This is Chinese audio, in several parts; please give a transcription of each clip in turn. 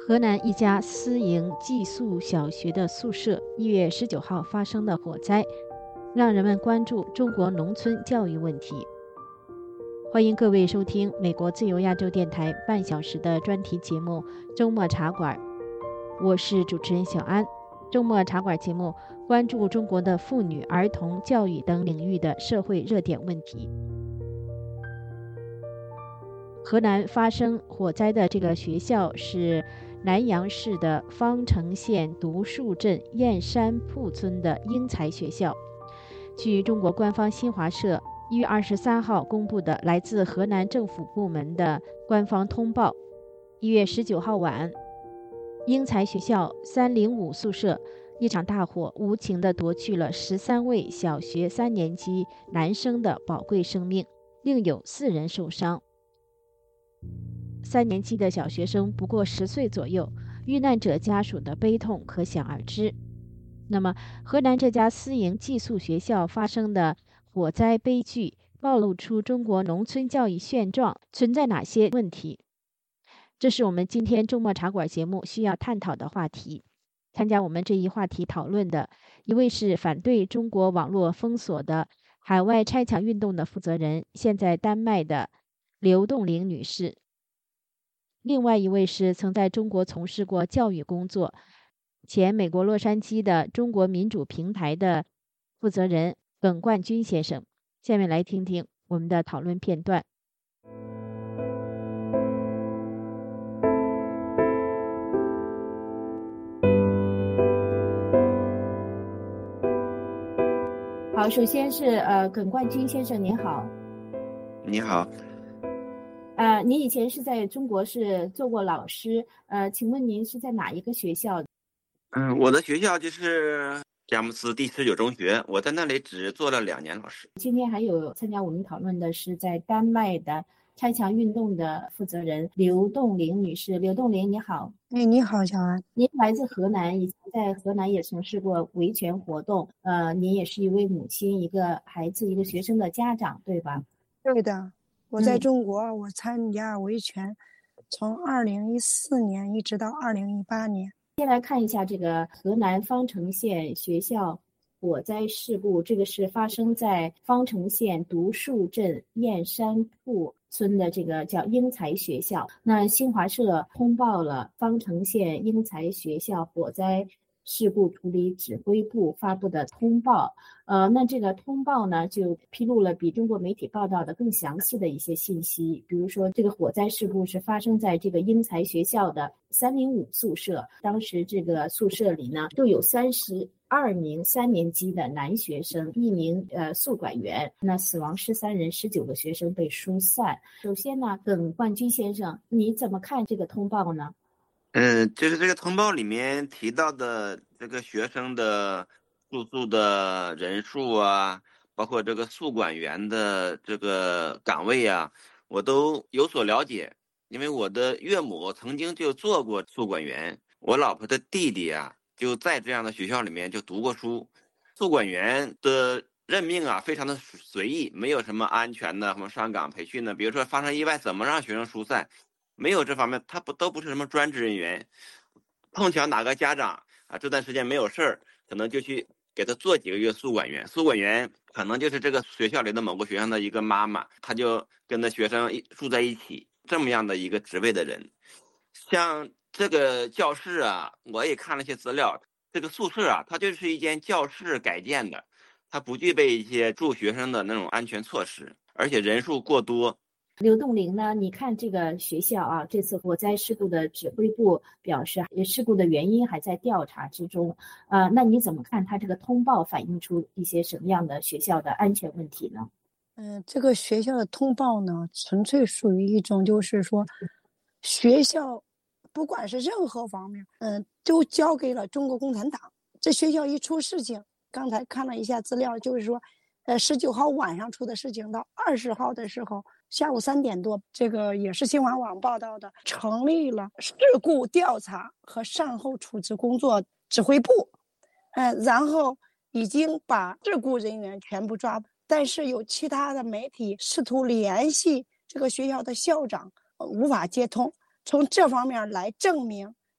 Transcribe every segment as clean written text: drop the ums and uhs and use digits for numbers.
河南一家私营寄宿小学的宿舍1月19号发生的火灾，让人们关注中国农村教育问题。欢迎各位收听美国自由亚洲电台半小时的专题节目《周末茶馆》，我是主持人小安。周末茶馆节目关注中国的妇女、儿童教育等领域的社会热点问题。河南发生火灾的这个学校是南阳市的方城县独树镇燕山铺村的英才学校。据中国官方新华社1月23号公布的来自河南政府部门的官方通报，1月19号晚，英才学校305宿舍一场大火无情地夺去了13位小学3年级男生的宝贵生命，另有4人受伤。3年级的小学生不过10岁左右，遇难者家属的悲痛可想而知。那么，河南这家私营寄宿学校发生的火灾悲剧，暴露出中国农村教育现状存在哪些问题？这是我们今天周末茶馆节目需要探讨的话题。参加我们这一话题讨论的一位是反对中国网络封锁的海外拆墙运动的负责人，现在丹麦的刘栋玲女士。另外一位是曾在中国从事过教育工作，前美国洛杉矶的中国民主平台的负责人耿冠军先生。下面来听听我们的讨论片段。好，首先是耿冠军先生，您好。 你好。 您以前是在中国是做过老师，请问您是在哪一个学校？ 我的学校就是佳木斯第19中学，我在那里只做了2年老师。 今天还有参加我们讨论的是在丹麦的拆墙运动的负责人刘栋玲女士。刘栋玲，你好。 你好，小安。 您来自河南，以前在河南也从事过维权活动，您也是一位母亲，一个孩子，一个学生的家长，对吧？ 对的，我在中国，我参加维权，从2014年一直到2018年。 先来看一下这个河南方城县学校火灾事故，这个是发生在方城县独树镇燕山铺村的这个叫英才学校。那新华社通报了方城县英才学校火灾事故处理指挥部发布的通报。那这个通报呢，就披露了比中国媒体报道的更详细的一些信息。比如说，这个火灾事故是发生在这个英才学校的305宿舍，当时这个宿舍里呢，都有32名3年级的男学生，1名宿管员。那死亡13人，19个学生被疏散。首先呢，耿冠军先生，你怎么看这个通报呢？ 就是这个通报里面提到的这个学生的住宿的人数啊，包括这个宿管员的这个岗位啊，我都有所了解。因为我的岳母曾经就做过宿管员，我老婆的弟弟啊，就在这样的学校里面就读过书。宿管员的任命啊，非常的随意，没有什么安全的什么上岗培训的，比如说发生意外怎么让学生疏散，没有这方面，他都不是什么专职人员。碰巧哪个家长啊这段时间没有事儿，可能就去给他做几个月宿管员。宿管员可能就是这个学校里的某个学生的一个妈妈，他就跟着学生住在一起，这么样的一个职位的人。像这个教室啊，我也看了一些资料，这个宿舍啊，它就是一间教室改建的，它不具备一些住学生的那种安全措施，而且人数过多。 刘栋玲呢？你看这个学校啊，这次火灾事故的指挥部表示，事故的原因还在调查之中。那你怎么看他这个通报反映出一些什么样的学校的安全问题呢？ 这个学校的通报呢，纯粹属于一种就是说，学校不管是任何方面，都交给了中国共产党。这学校一出事情，刚才看了一下资料，就是说，19号晚上出的事情，到20号的时候下午3点多，这个也是新华网报道的，成立了事故调查和善后处置工作指挥部，然后已经把事故人员全部抓捕。但是有其他的媒体试图联系这个学校的校长，无法接通。从这方面来证明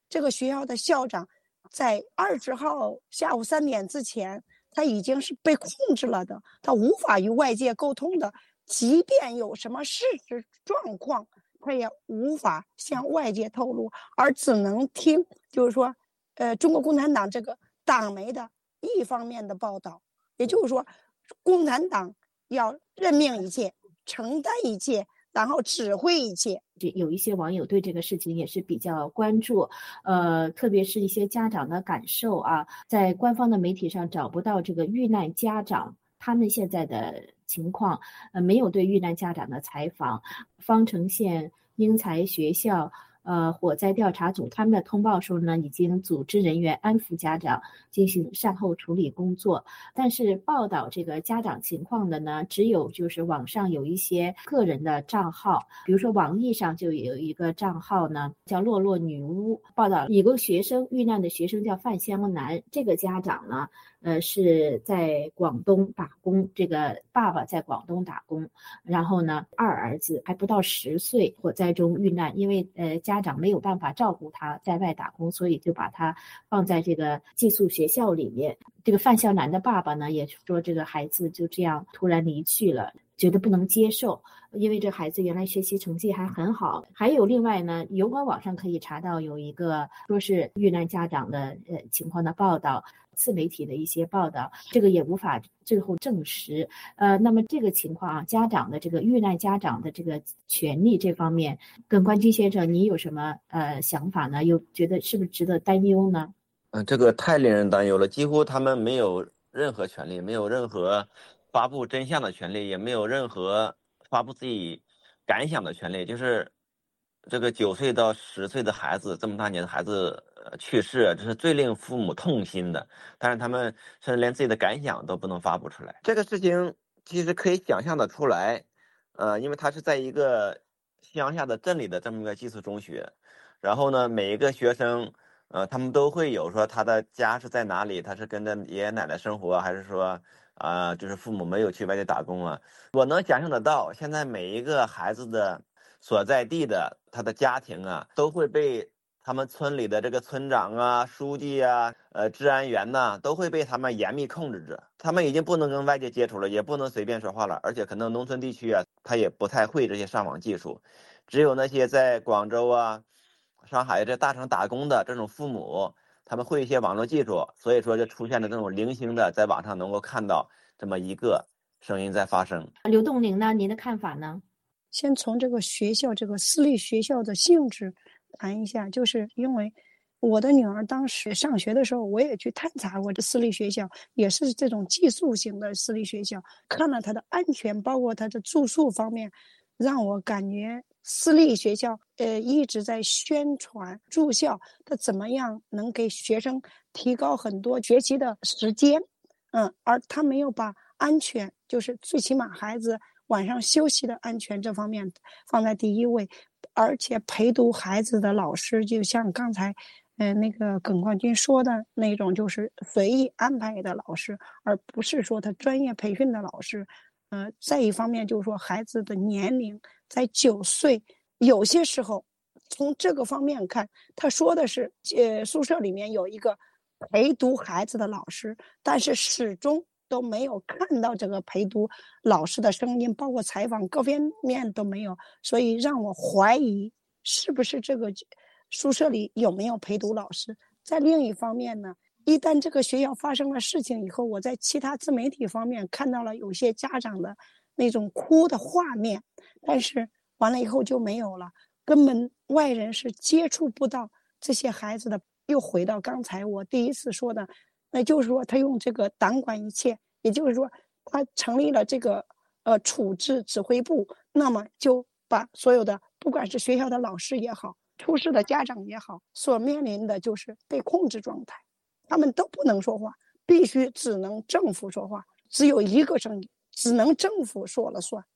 这个学校的校长在20号下午3点之前，他已经是被控制了的，他无法与外界沟通的，即便有什么事实状况，他也无法向外界透露，而只能听就是说中国共产党这个党媒的一方面的报道。也就是说，共产党要任命一切，承担一切，然后指挥一切。 有一些网友对这个事情也是比较关注，特别是一些家长的感受啊，在官方的媒体上找不到这个遇难家长他们现在的情况，没有对遇难家长的采访。方城县英才学校火灾调查组他们的通报说呢，已经组织人员安抚家长，进行善后处理工作。但是报道这个家长情况的呢，只有就是网上有一些个人的账号，比如说网易上就有一个账号呢，叫洛洛女巫，报道一个学生遇难的学生叫范香南，这个家长呢，是在广东打工，这个爸爸在广东打工，然后呢，二儿子还不到10岁，火灾中遇难，因为家长没有办法照顾他，在外打工，所以就把他放在这个寄宿学校里面。这个范笑南的爸爸呢，也说这个孩子就这样突然离去了，觉得不能接受，因为这孩子原来学习成绩还很好。还有另外呢，油管网上可以查到有一个说是遇难家长的情况的报道，自媒体的一些报道，这个也无法最后证实。那么这个情况啊，家长的这个遇难家长的这个权利这方面，跟关军先生你有什么想法呢？又觉得是不是值得担忧呢？ 这个太令人担忧了，几乎他们没有任何权利，没有任何发布真相的权利，也没有任何发布自己感想的权利。就是这个9岁到10岁的孩子，这么大年的孩子去世，这是最令父母痛心的。但是他们甚至连自己的感想都不能发布出来。这个事情其实可以想象的出来，因为他是在一个乡下的镇里的这么一个寄宿中学，然后呢，每一个学生。他们都会有说他的家是在哪里，他是跟着爷爷奶奶生活，还是说就是父母没有去外地打工啊？我能想象得到，现在每一个孩子的所在地的他的家庭啊，都会被他们村里的这个村长啊、书记啊、治安员呐，都会被他们严密控制着。他们已经不能跟外界接触了，也不能随便说话了，而且可能农村地区啊，他也不太会这些上网技术，只有那些在广州啊。上海这大城打工的这种父母，他们会一些网络技术，所以说就出现了这种零星的在网上能够看到这么一个声音在发生。 刘栋玲呢，您的看法呢？ 先从这个学校，这个私立学校的性质谈一下，就是因为我的女儿当时上学的时候，我也去探查过这私立学校，也是这种寄宿型的私立学校，看了它的安全，包括它的住宿方面，让我感觉私立学校一直在宣传住校，它怎么样能给学生提高很多学习的时间，而他没有把安全，就是最起码孩子晚上休息的安全这方面放在第一位，而且陪读孩子的老师，就像刚才那个耿冠军说的那种，就是随意安排的老师，而不是说他专业培训的老师。再一方面就是说孩子的年龄在9岁，有些时候从这个方面看，他说的是宿舍里面有一个陪读孩子的老师，但是始终都没有看到这个陪读老师的声音，包括采访各方面都没有，所以让我怀疑是不是这个宿舍里有没有陪读老师。在另一方面呢，一旦这个学校发生了事情以后，我在其他自媒体方面看到了有些家长的那种哭的画面，但是完了以后就没有了，根本外人是接触不到这些孩子的。又回到刚才我第一次说的，那就是说他用这个党管一切，也就是说他成立了这个处置指挥部，那么就把所有的不管是学校的老师也好，出事的家长也好，所面临的就是被控制状态，他们都不能说话，必须只能政府说话，只有一个声音，只能政府说了算。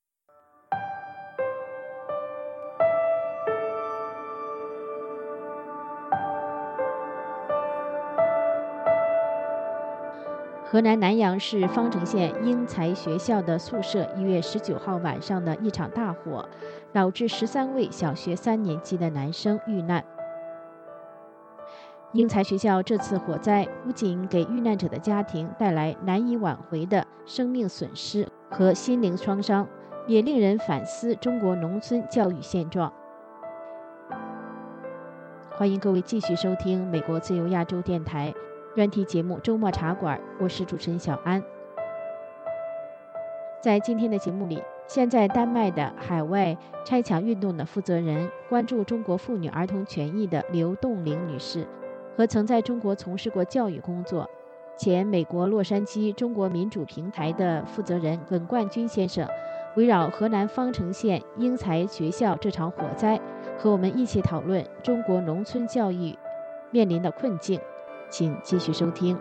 河南南阳市方城县英才学校的宿舍1月19号晚上的一场大火，导致13位小学3年级的男生遇难。 英才学校这次火灾不仅给遇难者的家庭带来难以挽回的生命损失和心灵创伤，也令人反思中国农村教育现状。欢迎各位继续收听美国自由亚洲电台专题节目《周末茶馆》，我是主持人小安。在今天的节目里，现在丹麦的海外拆墙运动的负责人，关注中国妇女儿童权益的刘栋玲女士，和曾在中国从事过教育工作、前美国洛杉矶中国民主平台的负责人耿冠军先生，围绕河南方城县英才学校这场火灾，和我们一起讨论中国农村教育面临的困境。请继续收听。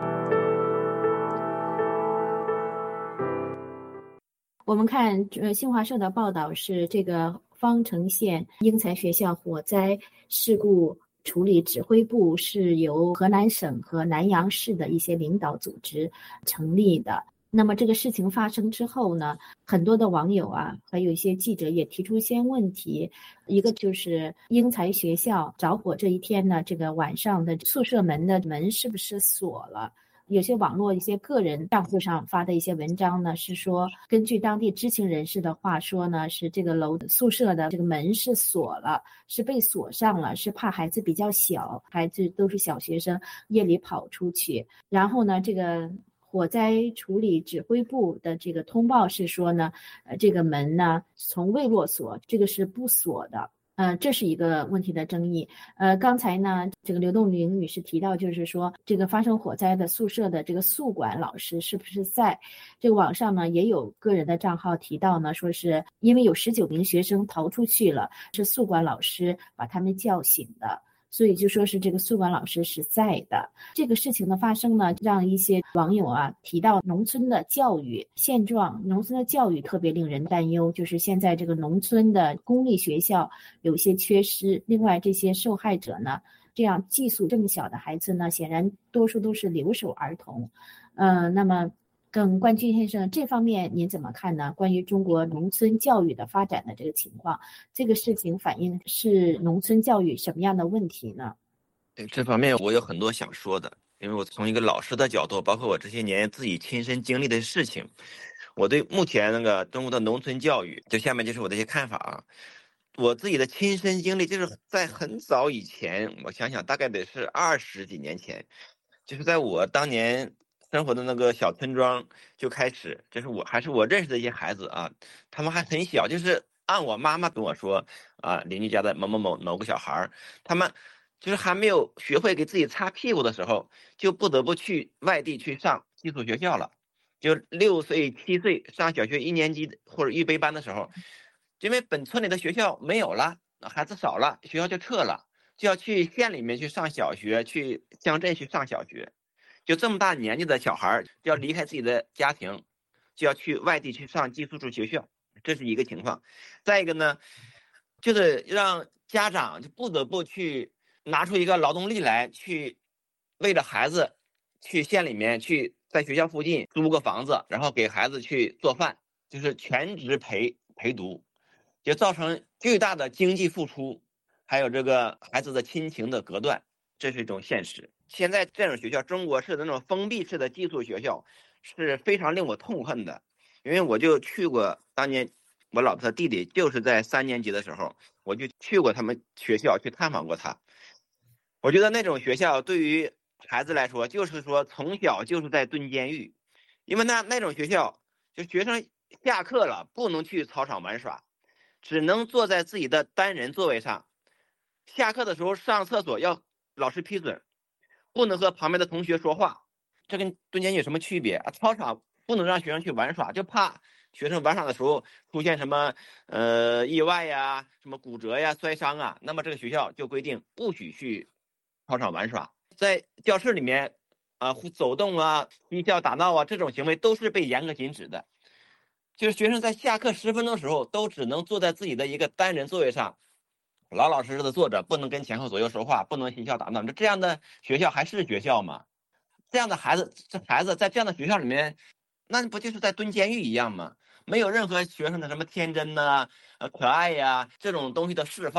我们看新华社的报道是，这个方城县英才学校火灾事故处理指挥部是由河南省和南阳市的一些领导组织成立的。那么这个事情发生之后呢，很多的网友还有一些记者也提出一些问题。一个就是英才学校着火这一天呢，这个晚上的宿舍门的门是不是锁了？有些网络一些个人账户上发的一些文章呢，是说根据当地知情人士的话说呢，是这个楼宿舍的这个门是锁了，是被锁上了，是怕孩子比较小，孩子都是小学生，夜里跑出去。然后呢，这个火灾处理指挥部的这个通报是说呢，这个门呢从未落锁，这个是不锁的。这是一个问题的争议。刚才呢，这个刘栋玲女士提到，就是说这个发生火灾的宿舍的这个宿管老师是不是在？这个网上呢也有个人的账号提到呢，说是因为有19名学生逃出去了，是宿管老师把他们叫醒的。所以就说是这个宿管老师是在的。这个事情的发生呢，让一些网友提到农村的教育现状，农村的教育特别令人担忧，就是现在这个农村的公立学校有些缺失。另外这些受害者呢，这样寄宿这么小的孩子呢，显然多数都是留守儿童。那么耿冠军先生，这方面您怎么看呢？关于中国农村教育的发展的这个情况，这个事情反映是农村教育什么样的问题呢？ 这方面我有很多想说的，因为我从一个老师的角度，包括我这些年自己亲身经历的事情，我对目前那个中国的农村教育，就下面就是我的一些看法。我自己的亲身经历就是在很早以前，我想想大概得是20几年前，就是在我当年生活的那个小村庄就开始，就是还是我认识的一些孩子他们还很小，就是按我妈妈跟我说邻居家的某个小孩，他们就是还没有学会给自己擦屁股的时候，就不得不去外地去上寄宿学校了。就6岁7岁上小学1年级或者预备班的时候，因为本村里的学校没有了，孩子少了，学校就撤了，就要去县里面去上小学，去乡镇去上小学。就这么大年纪的小孩就要离开自己的家庭，就要去外地去上寄宿制学校，这是一个情况。再一个呢，就是让家长就不得不去拿出一个劳动力来，去为了孩子去县里面去在学校附近租个房子，然后给孩子去做饭，就是全职陪读，就造成巨大的经济付出，还有这个孩子的亲情的隔断，这是一种现实。现在这种学校，中国式的那种封闭式的寄宿学校是非常令我痛恨的，因为我就去过，当年我老婆的弟弟就是在3年级的时候，我就去过他们学校去探访过他。我觉得那种学校对于孩子来说，就是说从小就是在蹲监狱，因为那种学校，就学生下课了不能去操场玩耍，只能坐在自己的单人座位上，下课的时候上厕所要老师批准，不能和旁边的同学说话。这跟蹲监狱有什么区别？操场不能让学生去玩耍，就怕学生玩耍的时候出现什么意外呀、什么骨折呀、摔伤那么这个学校就规定不许去操场玩耍。在教室里面走动嬉笑打闹这种行为都是被严格禁止的。就是学生在下课10分钟的时候都只能坐在自己的一个单人座位上，老老实实的坐着，不能跟前后左右说话，不能嬉笑打闹。这样的学校还是学校吗？这样的孩子在这样的学校里面，那不就是在蹲监狱一样吗？没有任何学生的什么天真可爱这种东西的释放，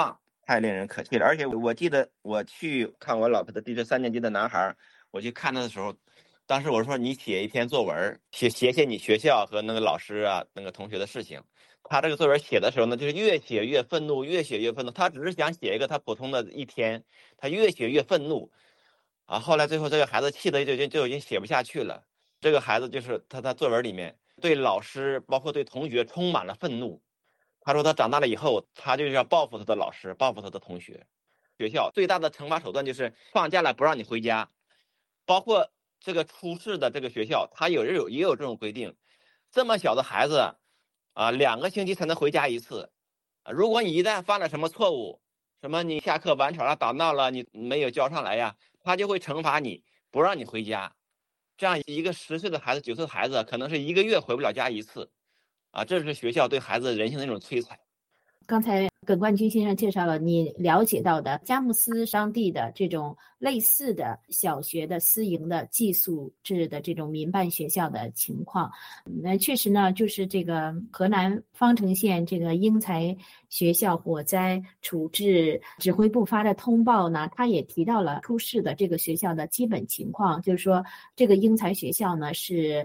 太令人可气了。而且我记得我去看我老婆的弟弟3年级的男孩，我去看他的时候，当时我说你写一篇作文，写你学校和那个老师啊那个同学的事情。他这个作文写的时候呢，就是越写越愤怒，越写越愤怒。他只是想写一个他普通的一天，他越写越愤怒啊。后来最后这个孩子气得就已经写不下去了。这个孩子就是他作文里面对老师包括对同学充满了愤怒。他说他长大了以后，他就是要报复他的老师，报复他的同学。学校最大的惩罚手段就是放假了不让你回家，包括这个出事的这个学校，他也有这种规定。这么小的孩子啊，2个星期才能回家一次。如果你一旦犯了什么错误，什么你下课玩耍了打闹了，你没有交上来呀，他就会惩罚你，不让你回家。这样一个10岁的孩子9岁的孩子，可能是1个月回不了家一次啊，这是学校对孩子人性的一种摧残。 刚才耿冠军先生介绍了你了解到的佳木斯当地的这种类似的小学的私营的寄宿制的这种民办学校的情况。那确实呢，就是这个河南方城县这个英才学校火灾处置指挥部发的通报呢，他也提到了出事的这个学校的基本情况，就是说这个英才学校呢是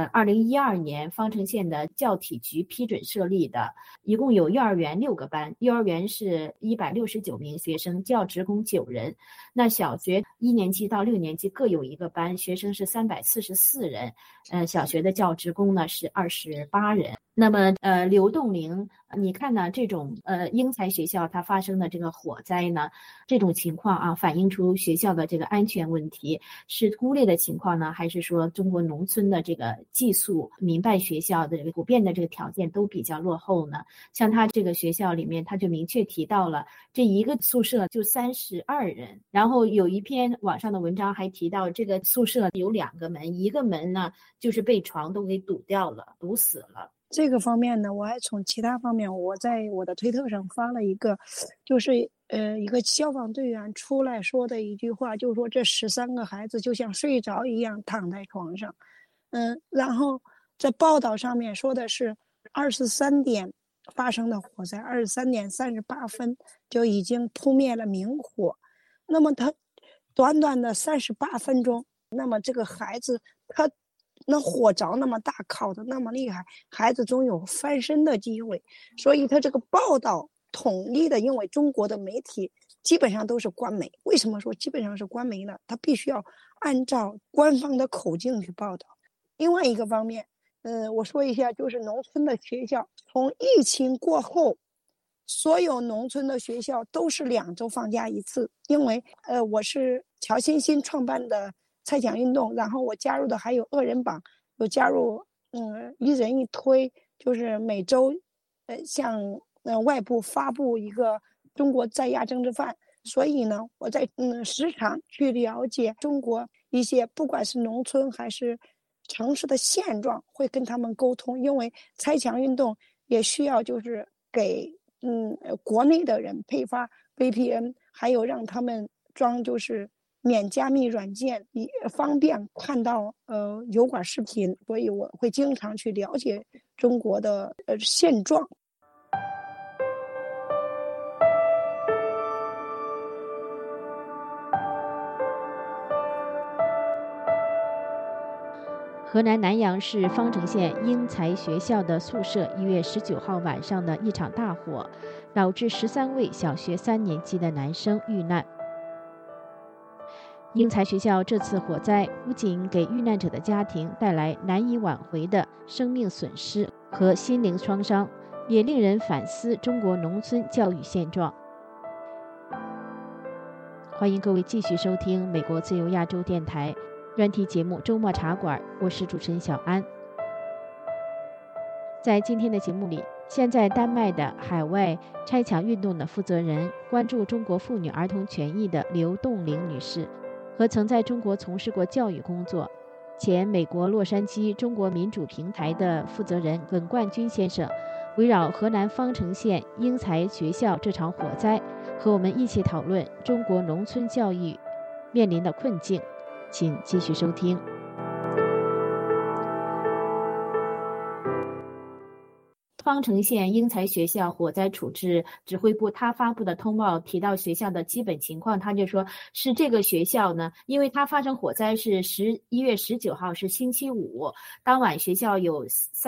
2012年方城县的教体局批准设立的，一共有幼儿园6个班，幼儿园是169名学生，教职工9人。那小学1年级到6年级各有1个班，学生是344人，小学的教职工呢是28人。那么刘栋玲，你看呢？这种英才学校它发生的这个火灾呢，这种情况啊，反映出学校的这个安全问题是孤立的情况呢，还是说中国农村的这个寄宿民办学校的这个普遍的这个条件都比较落后呢？像他这个学校里面，他就明确提到了这一个宿舍就32人，然后有一篇网上的文章还提到这个宿舍有2个门，一个门呢就是被床都给堵掉了，堵死了。 这个方面呢，我还从其他方面，我在我的推特上发了一个，就是一个消防队员出来说的一句话，就是说这13个孩子就像睡着一样躺在床上，然后在报道上面说的是23点发生的火灾，23点38分就已经扑灭了明火，那么他短短的38分钟，那么这个孩子他那火着那么大，烤得那么厉害，孩子总有翻身的机会。所以他这个报道统一的，因为中国的媒体基本上都是官媒。为什么说基本上是官媒呢？他必须要按照官方的口径去报道。另外一个方面，我说一下，就是农村的学校，从疫情过后，所有农村的学校都是2周放假一次。因为我是乔欣欣创办的蔡讲运动，然后我加入的还有恶人榜，有加入一人一推，就是每周向外部发布一个中国在押政治犯。所以呢，我在时常去了解中国一些不管是农村还是城市的现状，会跟他们沟通。因为拆墙运动也需要就是给国内的人配发 VPN， 还有让他们装就是免加密软件，以方便看到油管视频。所以我会经常去了解中国的现状。 河南南阳市方城县英才学校的宿舍1月19号晚上的一场大火，导致13位小学3年级的男生遇难。英才学校这次火灾不仅给遇难者的家庭带来难以挽回的生命损失和心灵创伤，也令人反思中国农村教育现状。欢迎各位继续收听美国自由亚洲电台专题节目周末茶馆，我是主持人小安。在今天的节目里，现在丹麦的海外拆墙运动的负责人，关注中国妇女儿童权益的刘栋玲女士，和曾在中国从事过教育工作、前美国洛杉矶中国民主平台的负责人耿冠军先生，围绕河南方城县英才学校这场火灾，和我们一起讨论中国农村教育面临的困境。请继续收听。 方城县英才学校火灾处置指挥部他发布的通报提到学校的基本情况，他就说是这个学校呢，因为它发生火灾是11月19号是星期五，当晚学校有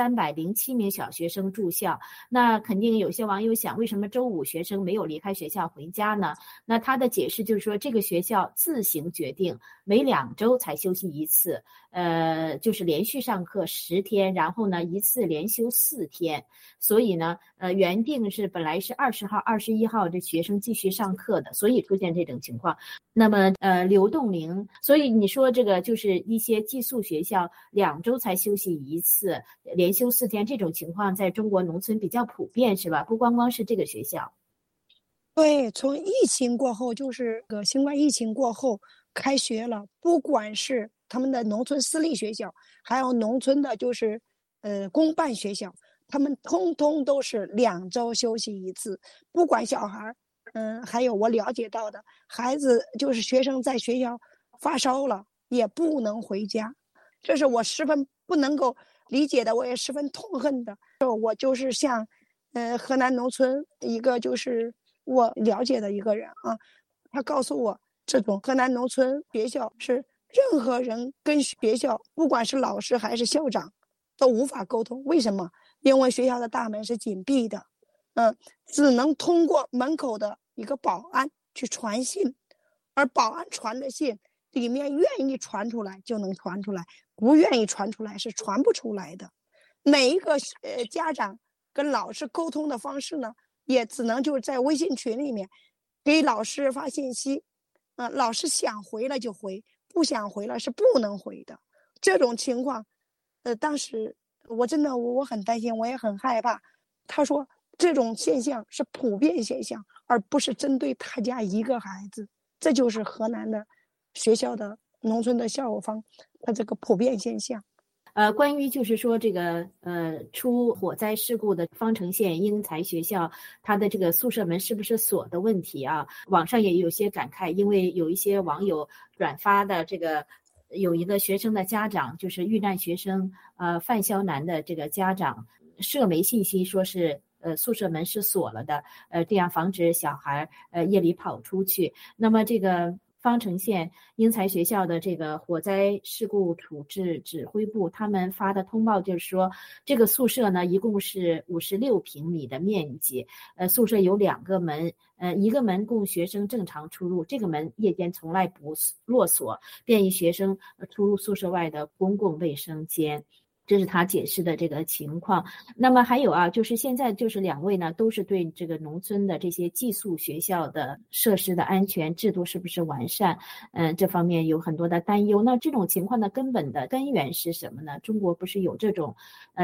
307名小学生住校。那肯定有些网友想，为什么周五学生没有离开学校回家呢？那他的解释就是说，这个学校自行决定每2周才休息一次，就是连续上课10天，然后呢一次连休4天。所以呢，原定是本来是20号、21号这学生继续上课的，所以出现这种情况。那么流动铃，所以你说这个就是一些寄宿学校2周才休息一次，连休4天，这种情况在中国农村比较普遍，是吧？不光光是这个学校。 对，从疫情过后，就是新冠疫情过后开学了，不管是他们的农村私立学校，还有农村的就是公办学校，他们通通都是2周休息一次，不管小孩还有我了解到的孩子，就是学生在学校发烧了也不能回家，这是我十分不能够理解的，我也十分痛恨的。我就是像河南农村一个就是我了解的一个人啊，他告诉我，这种河南农村学校是任何人跟学校，不管是老师还是校长，都无法沟通。为什么？因为学校的大门是紧闭的，只能通过门口的一个保安去传信，而保安传的信里面愿意传出来就能传出来，不愿意传出来是传不出来的。每一个家长跟老师沟通的方式呢，也只能就是在微信群里面给老师发信息，老师想回了就回，不想回了是不能回的。这种情况，当时我真的我很担心，我也很害怕。他说这种现象是普遍现象，而不是针对他家一个孩子。这就是河南的学校的农村的校方它这个普遍现象。 关于就是说这个出火灾事故的方城县英才学校，它的这个宿舍门是不是锁的问题啊，网上也有些感慨，因为有一些网友转发的这个有一个学生的家长，就是遇难学生范肖楠的这个家长社媒信息说是宿舍门是锁了的，这样防止小孩夜里跑出去。那么这个方城县英才学校的这个火灾事故处置指挥部他们发的通报就是说，这个宿舍呢一共是56平米的面积，宿舍有2个门，一个门供学生正常出入，这个门夜间从来不落锁，便于学生出入宿舍外的公共卫生间。这是他解释的这个情况。那么还有啊，就是现在就是2位呢都是对这个农村的这些寄宿学校的设施的安全制度是不是完善，这方面有很多的担忧。那这种情况的根本的根源是什么呢？中国不是有这种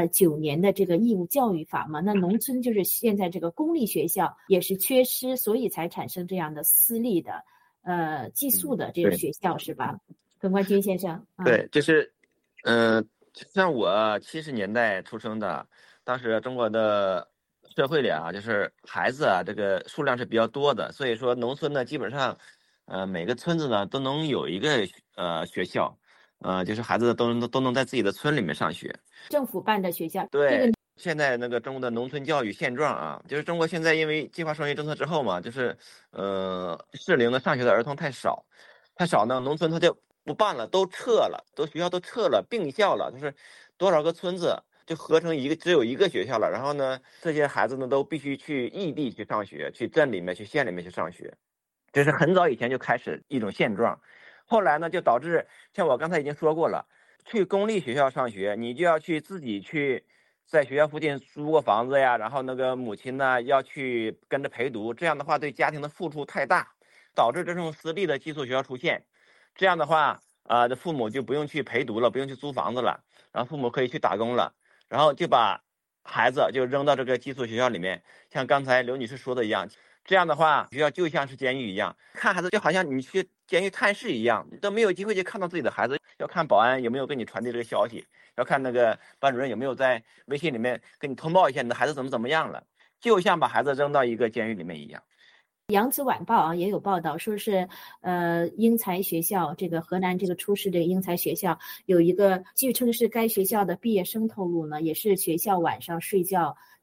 9年的这个义务教育法吗？那农村就是现在这个公立学校也是缺失，所以才产生这样的私立的寄宿的这个学校，是吧？耿冠军先生。 对，就是像我70年代出生的，当时中国的社会里啊，就是孩子啊，这个数量是比较多的，所以说农村呢，基本上，每个村子呢都能有一个学校，就是孩子都能在自己的村里面上学。 政府办的学校。 对， 这个现在那个中国的农村教育现状啊，就是中国现在因为计划生育政策之后嘛，就是适龄的上学的儿童太少呢，农村他就不办了，都撤了，学校都撤了，并校了，就是多少个村子就合成只有一个学校了。然后呢，这些孩子呢都必须去异地去上学，去镇里面、去县里面去上学，这是很早以前就开始一种现状。后来呢，就导致像我刚才已经说过了，去公立学校上学，你就要去自己去在学校附近租个房子呀，然后那个母亲呢要去跟着陪读，这样的话对家庭的付出太大，导致这种私立的寄宿学校出现。这样的话这父母就不用去陪读了，不用去租房子了，然后父母可以去打工了，然后就把孩子就扔到这个寄宿学校里面。像刚才刘女士说的一样，这样的话学校就像是监狱一样，看孩子就好像你去监狱探视一样，都没有机会去看到自己的孩子，要看保安有没有跟你传递这个消息，要看那个班主任有没有在微信里面跟你通报一下你的孩子怎么样了，就像把孩子扔到一个监狱里面一样。 扬子晚报啊也有报道说是英才学校，这个河南这个出事这个英才学校有一个据称是该学校的毕业生透露呢，也是学校晚上睡觉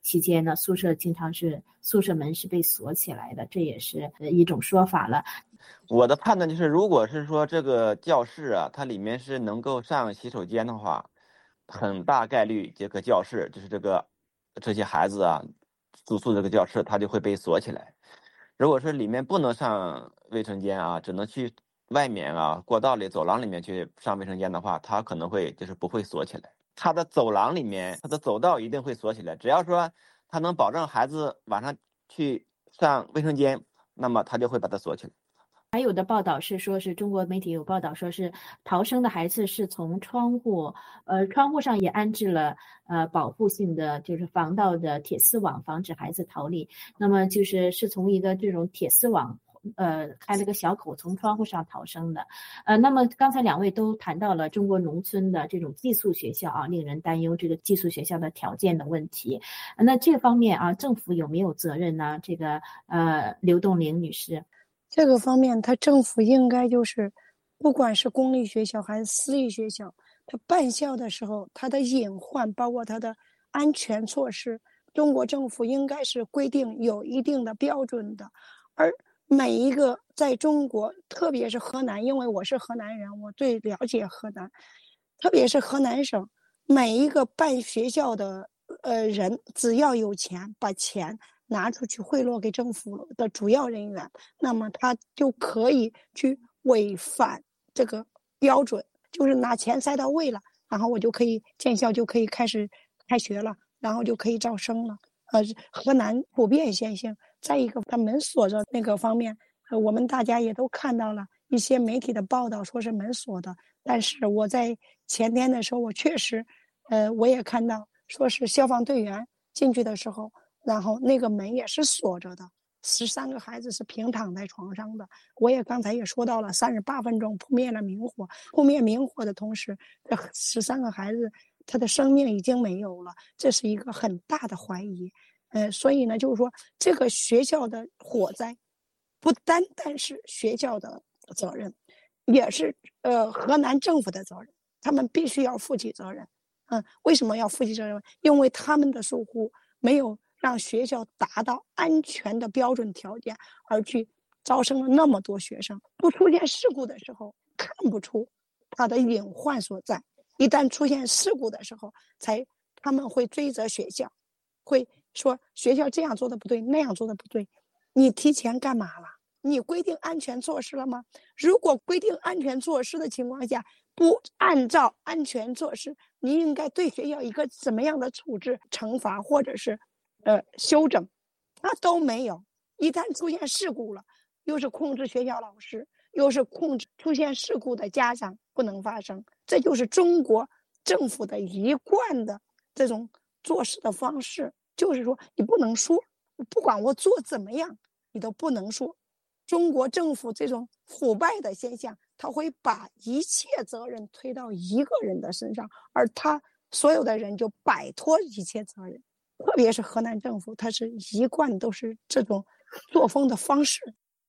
期间呢，宿舍门是被锁起来的，这也是一种说法了。 我的判断就是，如果是说这个教室啊，它里面是能够上洗手间的话，很大概率这个教室就是这些孩子啊住宿这个教室，它就会被锁起来。如果说里面不能上卫生间啊，只能去外面啊过道里走廊里面去上卫生间的话，它可能会就是不会锁起来。它的走廊里面，它的走道一定会锁起来。只要说它能保证孩子晚上去上卫生间，那么它就会把它锁起来。 还有的报道是说，是中国媒体有报道说是逃生的孩子是从窗户上也安置了保护性的就是防盗的铁丝网，防止孩子逃离。那么是从一个这种铁丝网开了个小口从窗户上逃生的。那么刚才两位都谈到了中国农村的这种寄宿学校啊，令人担忧这个寄宿学校的条件的问题。那这方面啊，政府有没有责任呢？这个刘栋玲女士。 这个方面，政府应该不管是公立学校还是私立学校，它办校的时候，它的隐患包括它的安全措施，中国政府应该是规定有一定的标准的。而每一个在中国，特别是河南，因为我是河南人，我最了解河南，特别是河南省，每一个办学校的人，只要有钱，把钱拿出去贿赂给政府的主要人员，那么他就可以去违反这个标准，就是拿钱塞到位了，然后我就可以建校，就可以开始开学了，然后就可以招生了。河南普遍现象。再一个，他门锁着那个方面，我们大家也都看到了一些媒体的报道，说是门锁的。但是我在前天的时候，我确实，我也看到说是消防队员进去的时候，然后那个门也是锁着的。13个孩子是平躺在床上的。我也刚才也说到了，38分钟扑灭了明火。扑灭明火的同时，这13个孩子他的生命已经没有了，这是一个很大的怀疑。所以呢，就是说这个学校的火灾，不单单是学校的责任，也是河南政府的责任，他们必须要负起责任。为什么要负起责任？因为他们的疏忽没有让学校达到安全的标准条件，而去招生了那么多学生。不出现事故的时候，看不出它的隐患所在；一旦出现事故的时候，他们会追责学校，会说学校这样做的不对，那样做的不对。你提前干嘛了？你规定安全措施了吗？如果规定安全措施的情况下，不按照安全措施，你应该对学校一个怎么样的处置、惩罚或者是修整，它都没有。一旦出现事故了，又是控制学校老师，又是控制出现事故的家长不能发生。这就是中国政府的一贯的这种做事的方式，就是说你不能说，不管我做怎么样，你都不能说。中国政府这种腐败的现象，他会把一切责任推到一个人的身上，而他所有的人就摆脱一切责任。特别是河南政府，他是一贯都是这种作风的方式。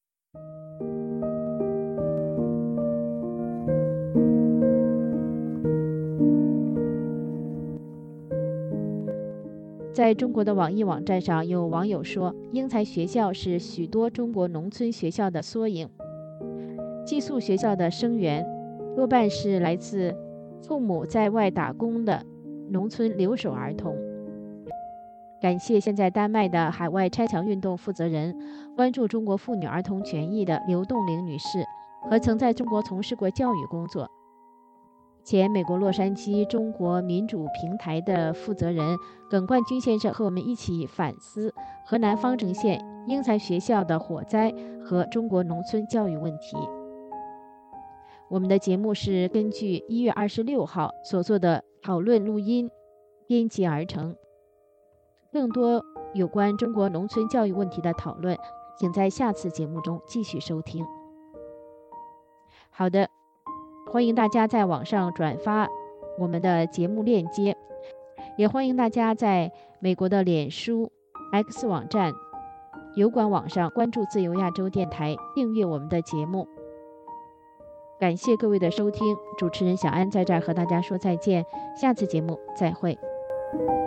在中国的网易网站上，有网友说，英才学校是许多中国农村学校的缩影。寄宿学校的生源多半是来自父母在外打工的农村留守儿童。感谢现在丹麦的海外拆墙运动负责人、关注中国妇女儿童权益的刘栋玲女士和曾在中国从事过教育工作、前美国洛杉矶中国民主平台的负责人耿冠军先生和我们一起反思河南方城县英才学校的火灾和中国农村教育问题。我们的节目是根据1月26号所做的讨论录音编辑而成。更多有关中国农村教育问题的讨论，请在下次节目中继续收听。好的，欢迎大家在网上转发我们的节目链接，也欢迎大家在美国的脸书、X 网站、油管网上关注自由亚洲电台，订阅我们的节目。感谢各位的收听，主持人小安在这儿和大家说再见，下次节目再会。